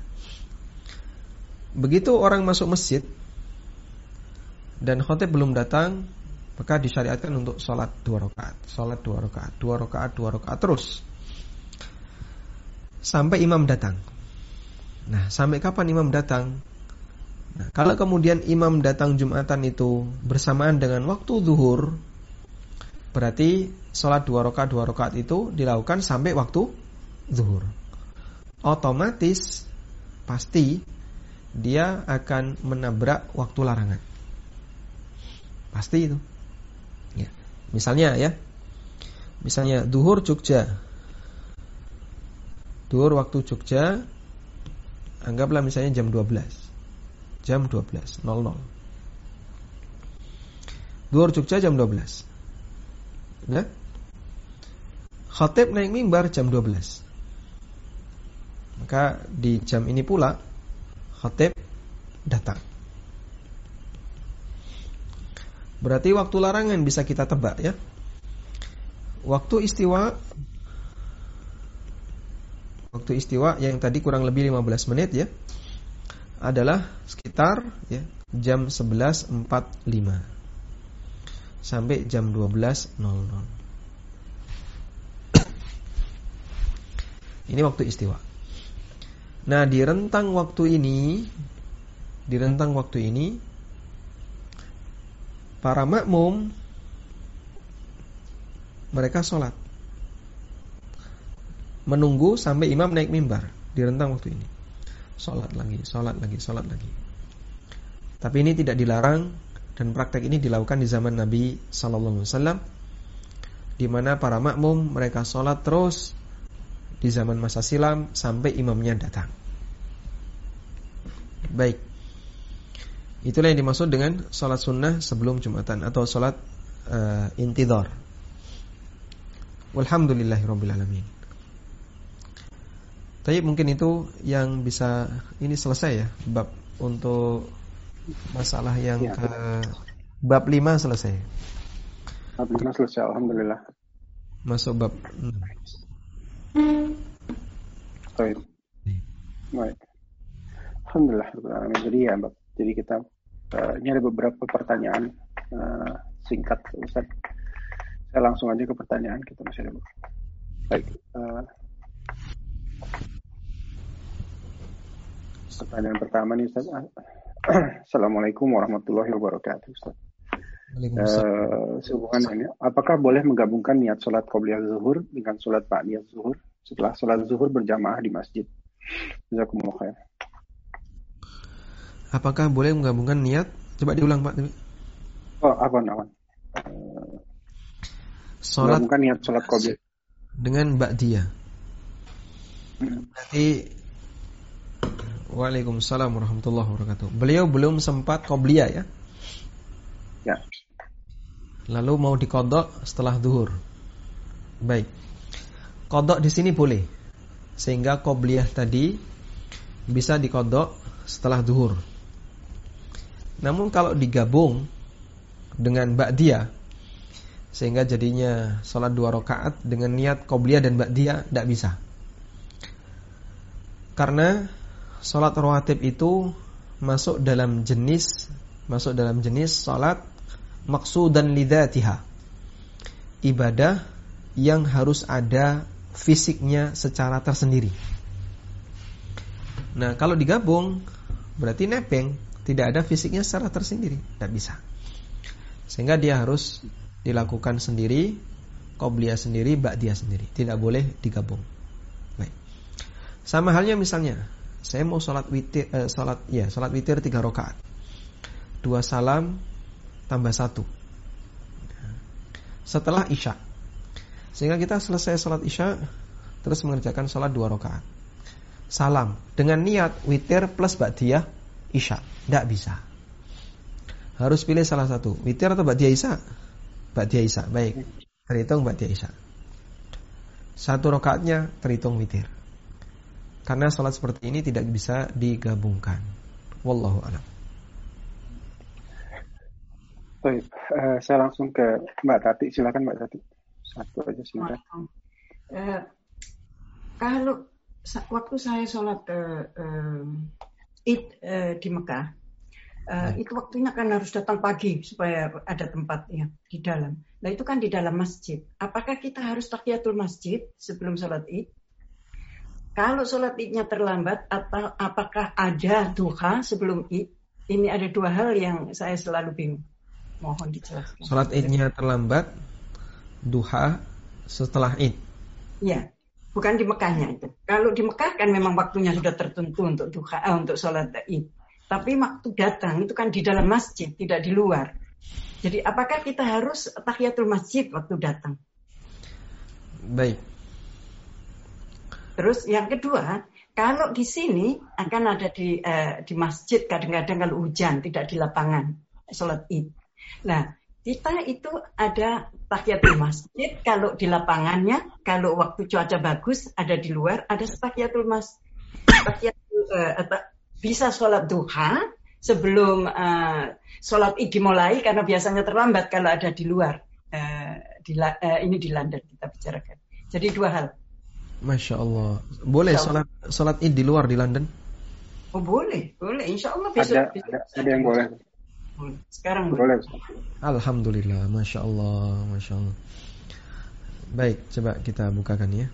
Speaker 1: begitu orang masuk masjid dan khatib belum datang, maka disyariatkan untuk sholat 2 rakaat, sholat 2 rakaat, 2 rakaat, 2 rakaat terus sampai imam datang. Nah, sampai kapan imam datang? Nah, kalau kemudian imam datang Jumatan itu bersamaan dengan waktu zuhur, berarti sholat 2 rakaat itu dilakukan sampai waktu zuhur. Otomatis pasti dia akan menabrak waktu larangan. Pasti itu. Ya. Misalnya zuhur Jogja. Zuhur waktu Jogja anggaplah misalnya jam 12. Jam 12.00. Zuhur Jogja jam 12. Ya. Khatib naik mimbar jam 12. Maka di jam ini pula khatib datang. Berarti waktu larangan bisa kita tebak ya. Waktu istiwa yang tadi kurang lebih 15 menit ya, adalah sekitar ya, jam 11.45 sampai jam 12.00. Ini waktu istiwa. Nah, di rentang waktu ini para makmum mereka sholat, menunggu sampai imam naik mimbar. Di rentang waktu ini sholat lagi. Tapi ini tidak dilarang, dan praktek ini dilakukan di zaman Nabi Sallallahu Alaihi Wasallam, di mana para makmum mereka sholat terus di zaman masa silam sampai imamnya datang. Baik, itulah yang dimaksud dengan sholat sunnah sebelum Jumatan atau sholat intidhar. Walhamdulillahirabbil alamin. Tapi mungkin itu yang bisa ini selesai ya, bab untuk masalah yang
Speaker 2: Ya,
Speaker 1: ke bab 5 selesai.
Speaker 2: bab 5 selesai, alhamdulillah.
Speaker 1: Masuk bab 6.
Speaker 2: Baik. Baik. Alhamdulillah. Jadi kita ini ada beberapa pertanyaan singkat, Ustaz. Saya langsung aja ke pertanyaan, kita masih ada. Baik. Pertanyaan pertama nih, Ustaz. Assalamualaikum warahmatullahi wabarakatuh, Ustaz. Sehubungan ini, apakah boleh menggabungkan niat sholat qobliyah zuhur dengan sholat ba'diyah zuhur setelah sholat zuhur berjamaah di masjid? Jazakumullah khair.
Speaker 1: Apakah boleh menggabungkan niat? Coba diulang, Pak.
Speaker 2: Awan.
Speaker 1: Sholat
Speaker 2: menggabungkan niat sholat qobliyah
Speaker 1: dengan ba'diyah. Berarti Waalaikumsalam warahmatullahi wabarakatuh. Beliau belum sempat qobliyah ya?
Speaker 2: Ya.
Speaker 1: Lalu mau diqadha setelah zuhur. Baik. Qadha di sini boleh. Sehingga qobliyah tadi bisa diqadha setelah zuhur. Namun kalau digabung dengan ba'diyah sehingga jadinya salat 2 rakaat dengan niat qobliyah dan ba'diyah, tidak bisa. Karena salat rawatib itu masuk dalam jenis salat maqsudan lidzatiha, ibadah yang harus ada fisiknya secara tersendiri. Nah, kalau digabung berarti nepeng, tidak ada fisiknya secara tersendiri, tidak bisa. Sehingga dia harus dilakukan sendiri, qobliyah sendiri, ba'diyah sendiri, tidak boleh digabung. Baik. Sama halnya misalnya saya mau salat witir 3 rakaat. 2 salam tambah 1. Setelah Isya. Sehingga kita selesai salat Isya terus mengerjakan salat 2 rakaat. Salam dengan niat witir plus ba'diyah Isya. Tidak bisa. Harus pilih salah satu, witir atau ba'diyah Isya? Ba'diyah Isya. Baik. Terhitung ba'diyah Isya. 1 rakaatnya terhitung witir. Karena salat seperti ini tidak bisa digabungkan. Wallahu a'lam.
Speaker 2: Baik, saya langsung ke Mbak Tati. Silakan Mbak Tati. Satu aja singkat.
Speaker 3: Kalau waktu saya sholat Id di Mekah, Itu waktunya kan harus datang pagi supaya ada tempatnya di dalam. Nah itu kan di dalam masjid. Apakah kita harus tahiyatul masjid sebelum sholat id? Kalau sholat idnya terlambat, atau apakah ada duha sebelum id? Ini ada dua hal yang saya selalu bingung. Mohon dijelaskan.
Speaker 1: Sholat idnya terlambat, duha setelah id.
Speaker 3: Ya, bukan di Mekahnya itu. Kalau di Mekah kan memang waktunya sudah tertentu untuk duha, untuk sholat id. Tapi waktu datang itu kan di dalam masjid, tidak di luar. Jadi apakah kita harus tahiyatul masjid waktu datang?
Speaker 1: Baik.
Speaker 3: Terus yang kedua, kalau di sini akan ada di masjid kadang-kadang kalau hujan, tidak di lapangan sholat id. Nah, kita itu ada tahiyatul masjid kalau di lapangannya, kalau waktu cuaca bagus ada di luar, ada tahiyatul masjid. Bisa sholat duha sebelum sholat id dimulai karena biasanya terlambat kalau ada di luar. Ini di London kita bicarakan. Jadi dua hal.
Speaker 1: Masya Allah. Boleh sholat id di luar di London?
Speaker 3: Oh boleh. Insya Allah besok.
Speaker 2: Ada yang boleh.
Speaker 3: Sekarang
Speaker 2: boleh.
Speaker 1: Alhamdulillah. Masya Allah. Baik, coba kita bukakan ya.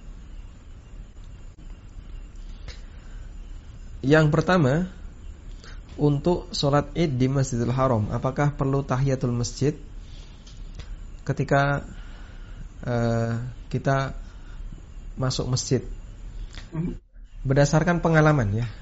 Speaker 1: Yang pertama, untuk sholat id di Masjidil Haram, apakah perlu tahiyatul masjid ketika kita masuk masjid? Berdasarkan pengalaman ya,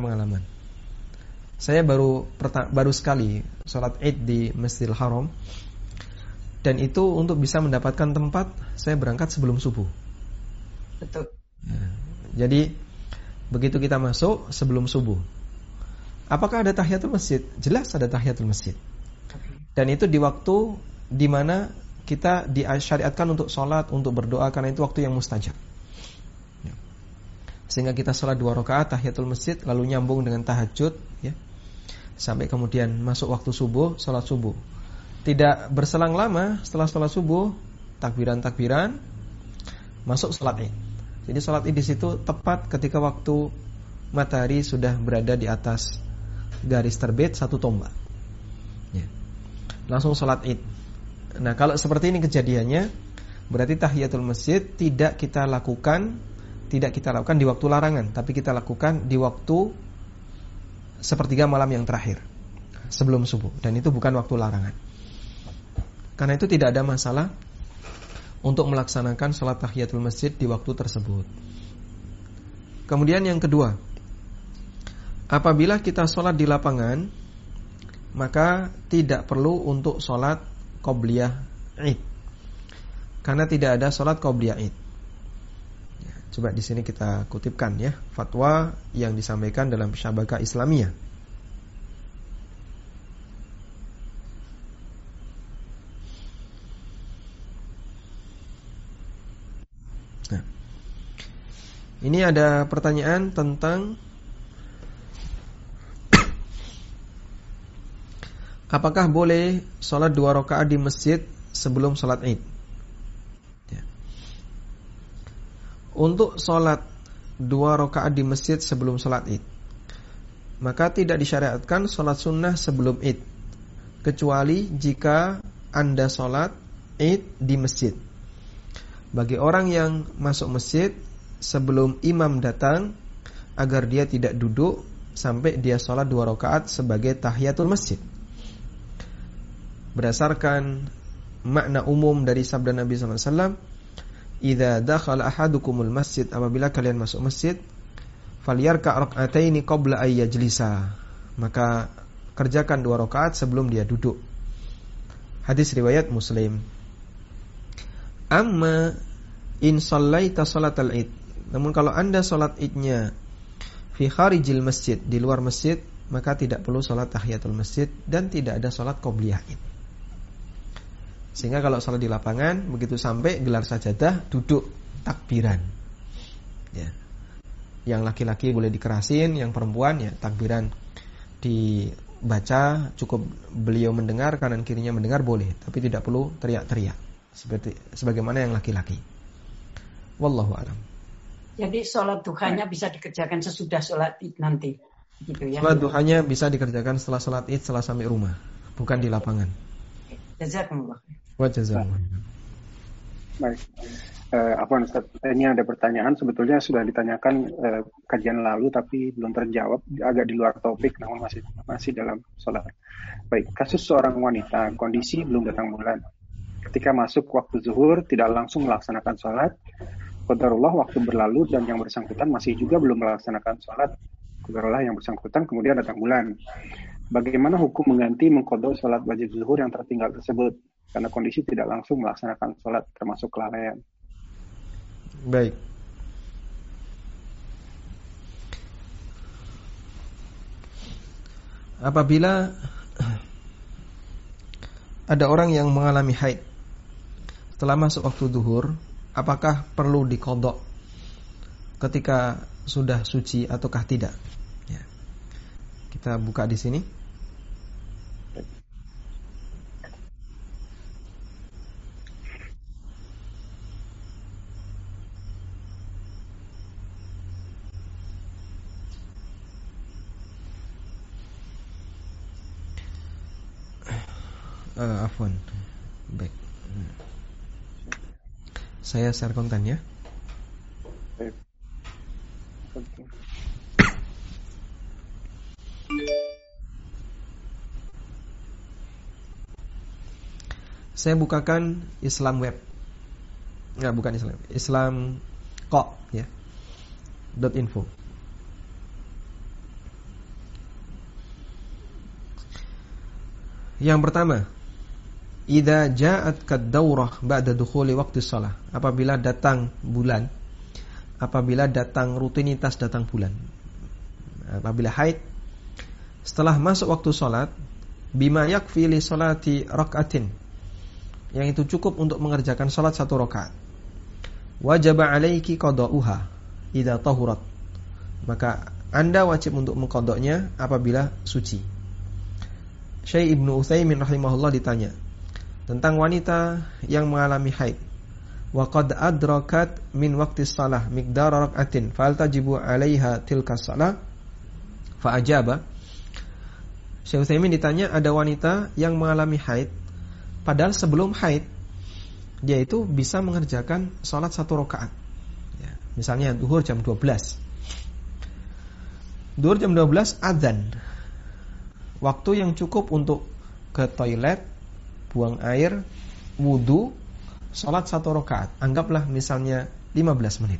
Speaker 1: saya baru sekali sholat id di Masjidil Haram, dan itu untuk bisa mendapatkan tempat saya berangkat sebelum subuh.
Speaker 3: Betul.
Speaker 1: Jadi begitu kita masuk sebelum subuh, apakah ada tahiyatul masjid? Jelas ada tahiyatul masjid. Dan itu di waktu di mana kita disyariatkan untuk sholat, untuk berdoa, karena itu waktu yang mustajab. Sehingga kita sholat 2 rakaat tahiyatul masjid, lalu nyambung dengan tahajud ya, sampai kemudian masuk waktu subuh, sholat subuh. Tidak berselang lama setelah sholat subuh, takbiran masuk sholat id. Jadi sholat id di situ tepat ketika waktu matahari sudah berada di atas garis terbit 1 tombak ya. Langsung sholat id. Nah kalau seperti ini kejadiannya, berarti tahiyatul masjid tidak kita lakukan di waktu larangan, tapi kita lakukan di waktu sepertiga malam yang terakhir sebelum subuh, dan itu bukan waktu larangan. Karena itu tidak ada masalah untuk melaksanakan sholat tahiyatul masjid di waktu tersebut. Kemudian yang kedua, apabila kita sholat di lapangan, maka tidak perlu untuk sholat qobliyah id, karena tidak ada sholat qobliyah id. Coba di sini kita kutipkan ya fatwa yang disampaikan dalam Syabakah Islamiyah. Nah, ini ada pertanyaan tentang apakah boleh sholat 2 rakaat di masjid sebelum sholat id? Ya. Untuk sholat 2 rakaat di masjid sebelum sholat id, maka tidak disyariatkan sholat sunnah sebelum id, kecuali jika Anda sholat id di masjid. Bagi orang yang masuk masjid sebelum imam datang, agar dia tidak duduk sampai dia sholat 2 rakaat sebagai tahiyatul masjid. Berdasarkan makna umum dari sabda Nabi SAW, idza dakhala ahadukumul masjid, apabila kalian masuk masjid, falyarka' rak'ataini qabla ay yajlisa, maka kerjakan 2 rakaat sebelum dia duduk. Hadis riwayat Muslim. Amma in shallaita salatal id, namun kalau Anda salat idnya fi kharijil masjid, di luar masjid, maka tidak perlu salat tahiyatul masjid dan tidak ada salat qobliyah id. Sehingga kalau salat di lapangan, begitu sampai gelar sajadah, duduk takbiran ya. Yang laki-laki boleh dikerasin, yang perempuan ya takbiran dibaca, cukup beliau mendengar, kanan kirinya mendengar boleh, tapi tidak perlu teriak-teriak sebagaimana yang laki-laki. Wallahu a'lam.
Speaker 3: Jadi sholat duhanya bisa dikerjakan sesudah sholat id nanti. gitu ya.
Speaker 1: Salat duhanya bisa dikerjakan setelah salat Id, setelah sampai rumah, bukan di lapangan.
Speaker 3: Jazakumullah.
Speaker 1: Wa jazakumullah.
Speaker 2: Baik. Afwan Ustaz, ini ada pertanyaan sebetulnya sudah ditanyakan kajian lalu tapi belum terjawab, agak di luar topik namun masih dalam sholat. Baik, kasus seorang wanita kondisi belum datang bulan. Ketika masuk waktu zuhur tidak langsung melaksanakan sholat. Qadarullah waktu berlalu dan yang bersangkutan masih juga belum melaksanakan sholat. Qadarullah yang bersangkutan kemudian datang bulan. Bagaimana hukum mengganti mengqadha sholat wajib zuhur yang tertinggal tersebut? Karena kondisi tidak langsung melaksanakan sholat termasuk kelalaian.
Speaker 1: Baik. Apabila ada orang yang mengalami haid setelah masuk waktu zuhur, apakah perlu diqadha ketika sudah suci ataukah tidak? Ya. Kita buka di sini. Afwan. Baik. Saya share konten ya.
Speaker 2: Baik.
Speaker 1: Saya bukakan Islam Web. Enggak, bukan Islam. Islam kok ya. .info. Yang pertama, idza ja'at kad-daurah ba'da dukhuli waqti shalah. Apabila datang bulan, apabila datang rutinitas datang bulan. Apabila haid setelah masuk waktu salat, bima yakfi li salati rak'atin. Yang itu cukup untuk mengerjakan salat 1 rakaat. Wajib 'alaiki qada'uha idza tahurat. Maka Anda wajib untuk mengqadanya apabila suci. Syekh Ibnu Utsaimin rahimahullah ditanya tentang wanita yang mengalami haid. Wa qad adrakat min waqti shalah miqdar rak'atin fal tajibu 'alaiha tilka shalah? Fa ajaba. Syekh Utsaimin ditanya ada wanita yang mengalami haid padahal sebelum haid dia itu bisa mengerjakan salat 1 rakaat. Ya, misalnya zuhur jam 12. Zuhur jam 12 azan. Waktu yang cukup untuk ke toilet, buang air, wudu, sholat 1 rakaat. Anggaplah misalnya 15 menit.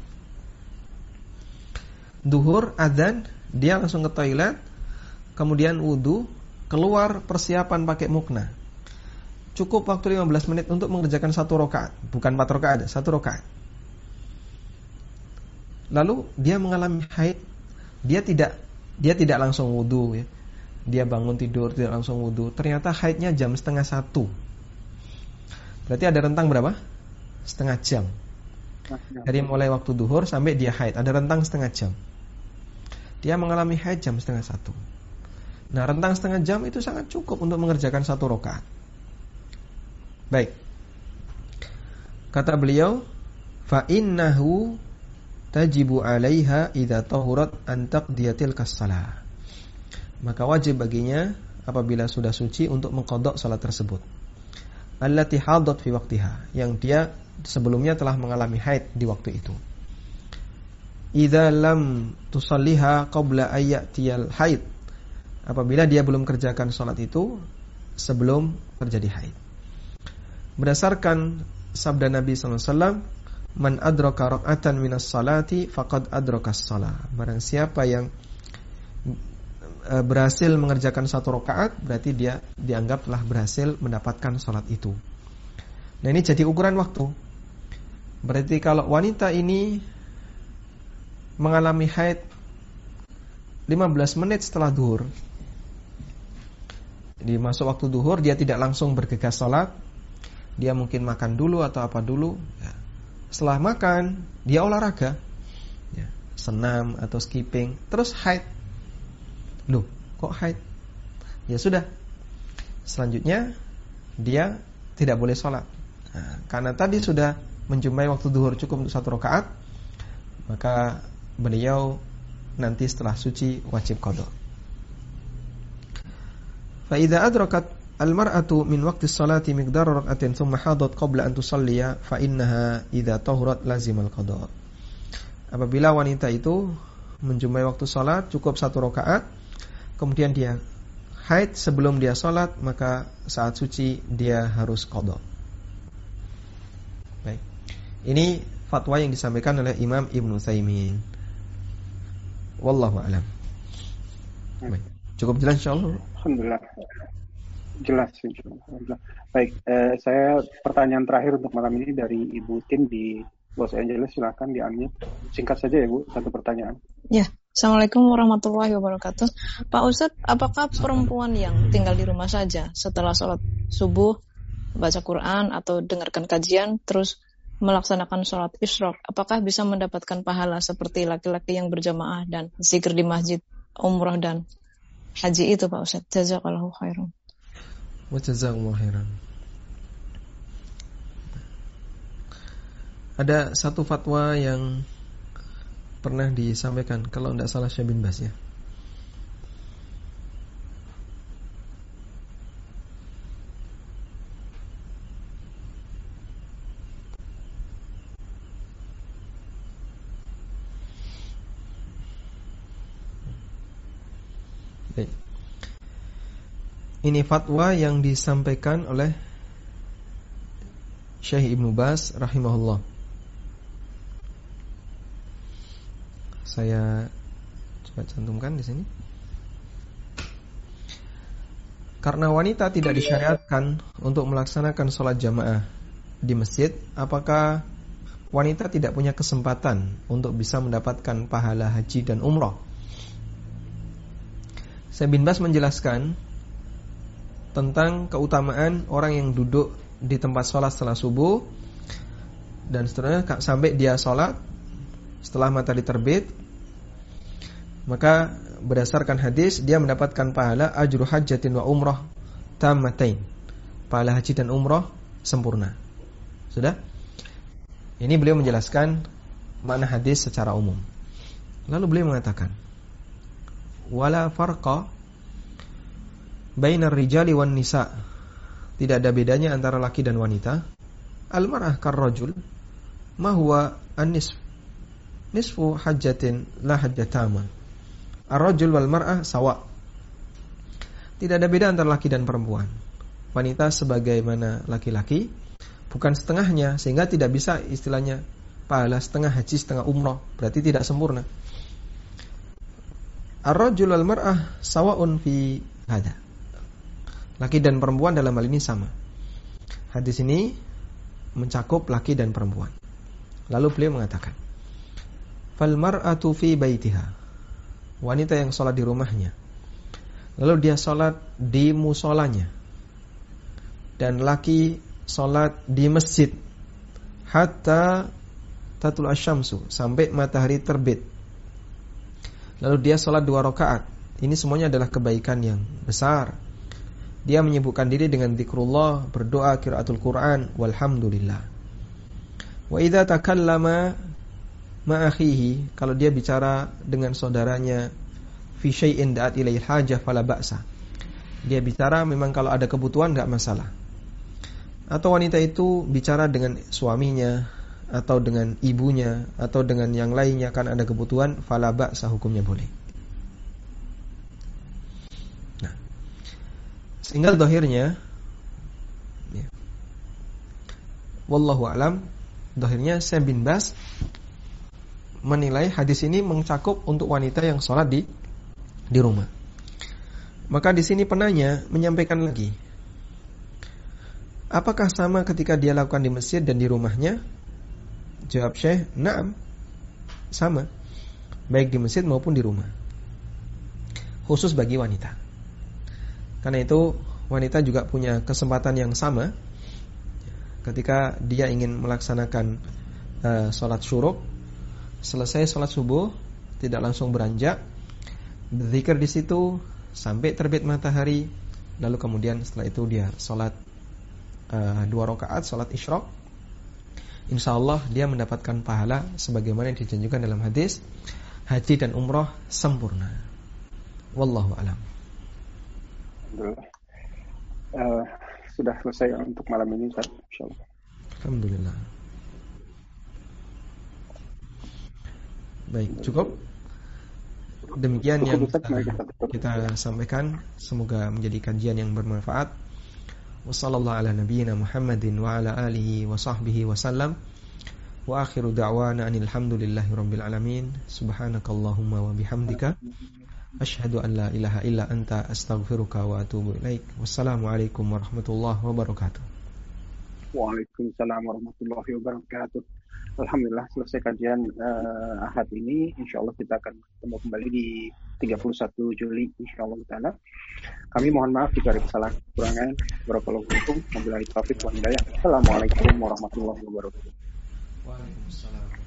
Speaker 1: Duhur, adzan, dia langsung ke toilet, kemudian wudu, keluar persiapan pakai mukna. Cukup waktu 15 menit untuk mengerjakan 1 rakaat, bukan 4 rakaat, 1 rakaat. Lalu dia mengalami haid, dia tidak langsung wudu ya. Dia bangun tidur tidak langsung wudu. Ternyata haidnya jam 12:30. Berarti ada rentang berapa? Setengah jam. Dari mulai waktu duhur sampai dia haid ada rentang setengah jam. Dia mengalami haid jam 12:30. Nah, rentang setengah jam itu sangat cukup untuk mengerjakan 1 rakaat. Baik. Kata beliau, fa innahu tajibu 'alaiha idza tahurat an taqdiyatil kas-shalah. Maka wajib baginya apabila sudah suci untuk mengqadha salat tersebut. Allati hadat fi waqtiha, yang dia sebelumnya telah mengalami haid di waktu itu. Idza lam tusalliha qabla ayyatiyal haid. Apabila dia belum kerjakan salat itu sebelum terjadi haid. Berdasarkan sabda Nabi sallallahu alaihi wasallam, man adraka rak'atan minas salati faqad adrakas shalah. Barang siapa yang berhasil mengerjakan 1 rakaat, berarti dia dianggap telah berhasil mendapatkan sholat itu. Nah, ini jadi ukuran waktu. Berarti kalau wanita ini mengalami haid 15 menit setelah duhur, di masuk waktu duhur, dia tidak langsung bergegas sholat, dia mungkin makan dulu atau apa dulu. Setelah makan, dia olahraga, senam atau skipping, terus haid. Loh, kok haid? Ya sudah. Selanjutnya dia tidak boleh sholat. Nah, karena tadi sudah menjumpai waktu duhur cukup untuk 1 rakaat, maka beliau nanti setelah suci wajib qadha. Fa idza adrakat al-mar'atu min waqti sholati miqdar rak'atin thumma hadat qabla an tusalliya fa innaha idza tahurat lazimal qada. Apabila wanita itu menjumpai waktu salat cukup 1 rakaat, kemudian dia haid sebelum dia salat, maka saat suci dia harus qada. Baik. Ini fatwa yang disampaikan oleh Imam Ibnu Utsaimin. Wallahu a'lam. Baik. Cukup jelas insyaallah.
Speaker 2: Alhamdulillah. Jelas insyaallah. Baik, saya pertanyaan terakhir untuk malam ini dari Ibu Tin di Los Angeles, silakan di-unmute. Singkat saja ya Bu, 1 pertanyaan.
Speaker 4: Ya, Assalamualaikum warahmatullahi wabarakatuh. Pak Ustadz, apakah perempuan yang tinggal di rumah saja setelah sholat subuh, baca Quran atau dengarkan kajian, terus melaksanakan sholat isyraq, apakah bisa mendapatkan pahala seperti laki-laki yang berjamaah dan zikir di masjid, umrah dan haji itu Pak Ustadz? Jazakallahu khairan.
Speaker 1: Wa jazakumullahu khairan. Ada satu fatwa yang pernah disampaikan, kalau tidak salah Syekh bin Baz ya. Baik. Ini fatwa yang disampaikan oleh Syekh Ibnu Baz rahimahullah. Saya coba cantumkan di sini. Karena wanita tidak disyariatkan untuk melaksanakan sholat jamaah di masjid, apakah wanita tidak punya kesempatan untuk bisa mendapatkan pahala haji dan umrah? Syekh bin Baz menjelaskan tentang keutamaan orang yang duduk di tempat sholat setelah subuh dan seterusnya sampai dia sholat setelah matahari terbit, maka berdasarkan hadis dia mendapatkan pahala ajru hajjatin wa umrah tammatain, pahala haji dan umrah sempurna. Sudah? Ini beliau menjelaskan makna hadis secara umum. Lalu beliau mengatakan, wala farqa bainar rijali wan nisa, tidak ada bedanya antara laki dan wanita. Al-mar'ah karrajul ma huwa nisfu hajjatin la hajjatama. Ar-rajul wal mar'ah sawa. Tidak ada beda antara laki dan perempuan. Wanita sebagaimana laki-laki, bukan setengahnya, sehingga tidak bisa istilahnya pahala setengah haji setengah umrah, berarti tidak sempurna. Ar-rajul wal mar'ah sawa'un fi hada. Laki dan perempuan dalam hal ini sama. Hadis ini mencakup laki dan perempuan. Lalu beliau mengatakan, fal mar'atu fi baitiha, wanita yang sholat di rumahnya, lalu dia sholat di musolanya, dan laki sholat di masjid hatta tatul asyamsu, sampai matahari terbit, lalu dia sholat 2 rakaat. Ini semuanya adalah kebaikan yang besar. Dia menyibukkan diri dengan zikrullah, berdoa, qiraatul Quran, walhamdulillah. Wa idza takallama ma'akhihi, kalau dia bicara dengan saudaranya, fi syai'in da'at ilaihi hajah fala ba'sa, dia bicara memang kalau ada kebutuhan enggak masalah. Atau wanita itu bicara dengan suaminya atau dengan ibunya atau dengan yang lainnya kan ada kebutuhan, fala ba'sa, hukumnya boleh. Nah, sehingga zahirnya ya, wallahu a'lam, zahirnya Syekh bin Baz menilai hadis ini mencakup untuk wanita yang sholat di rumah. Maka di sini penanya menyampaikan lagi, apakah sama ketika dia lakukan di masjid dan di rumahnya? Jawab Syekh, na'am, sama, baik di masjid maupun di rumah, khusus bagi wanita. Karena itu wanita juga punya kesempatan yang sama ketika dia ingin melaksanakan sholat syuruk. Selesai sholat subuh, tidak langsung beranjak, berzikir di situ sampai terbit matahari, lalu kemudian setelah itu dia sholat 2 rakaat, sholat isyraq. InsyaAllah dia mendapatkan pahala sebagaimana yang dijanjikan dalam hadis, haji dan umrah sempurna. Wallahu a'lam.
Speaker 2: sudah selesai untuk malam ini, Ustaz. Insyaallah.
Speaker 1: Alhamdulillah. Baik, cukup. Demikian yang kita sampaikan, semoga menjadi kajian yang bermanfaat. Wassallallahu ala nabiyyina Muhammadin wa ala alihi wa sahbihi wasallam. Wa akhiru da'wana anil hamdulillahi rabbil alamin. Subhanakallahumma wa bihamdika asyhadu an la ilaha illa anta astaghfiruka wa atubu ilaik. Wassalamualaikum warahmatullahi wabarakatuh.
Speaker 2: Waalaikumsalam warahmatullahi wabarakatuh. Alhamdulillah selesai kajian Ahad ini. Insyaallah kita akan ketemu kembali di 31 Juli insyaallah taala. Kami mohon maaf jika ada kesalahan kekurangan. Barakallahu fikum. Wabillahi taufiq wal hidayah. Assalamualaikum warahmatullahi wabarakatuh.
Speaker 1: Waalaikumsalam.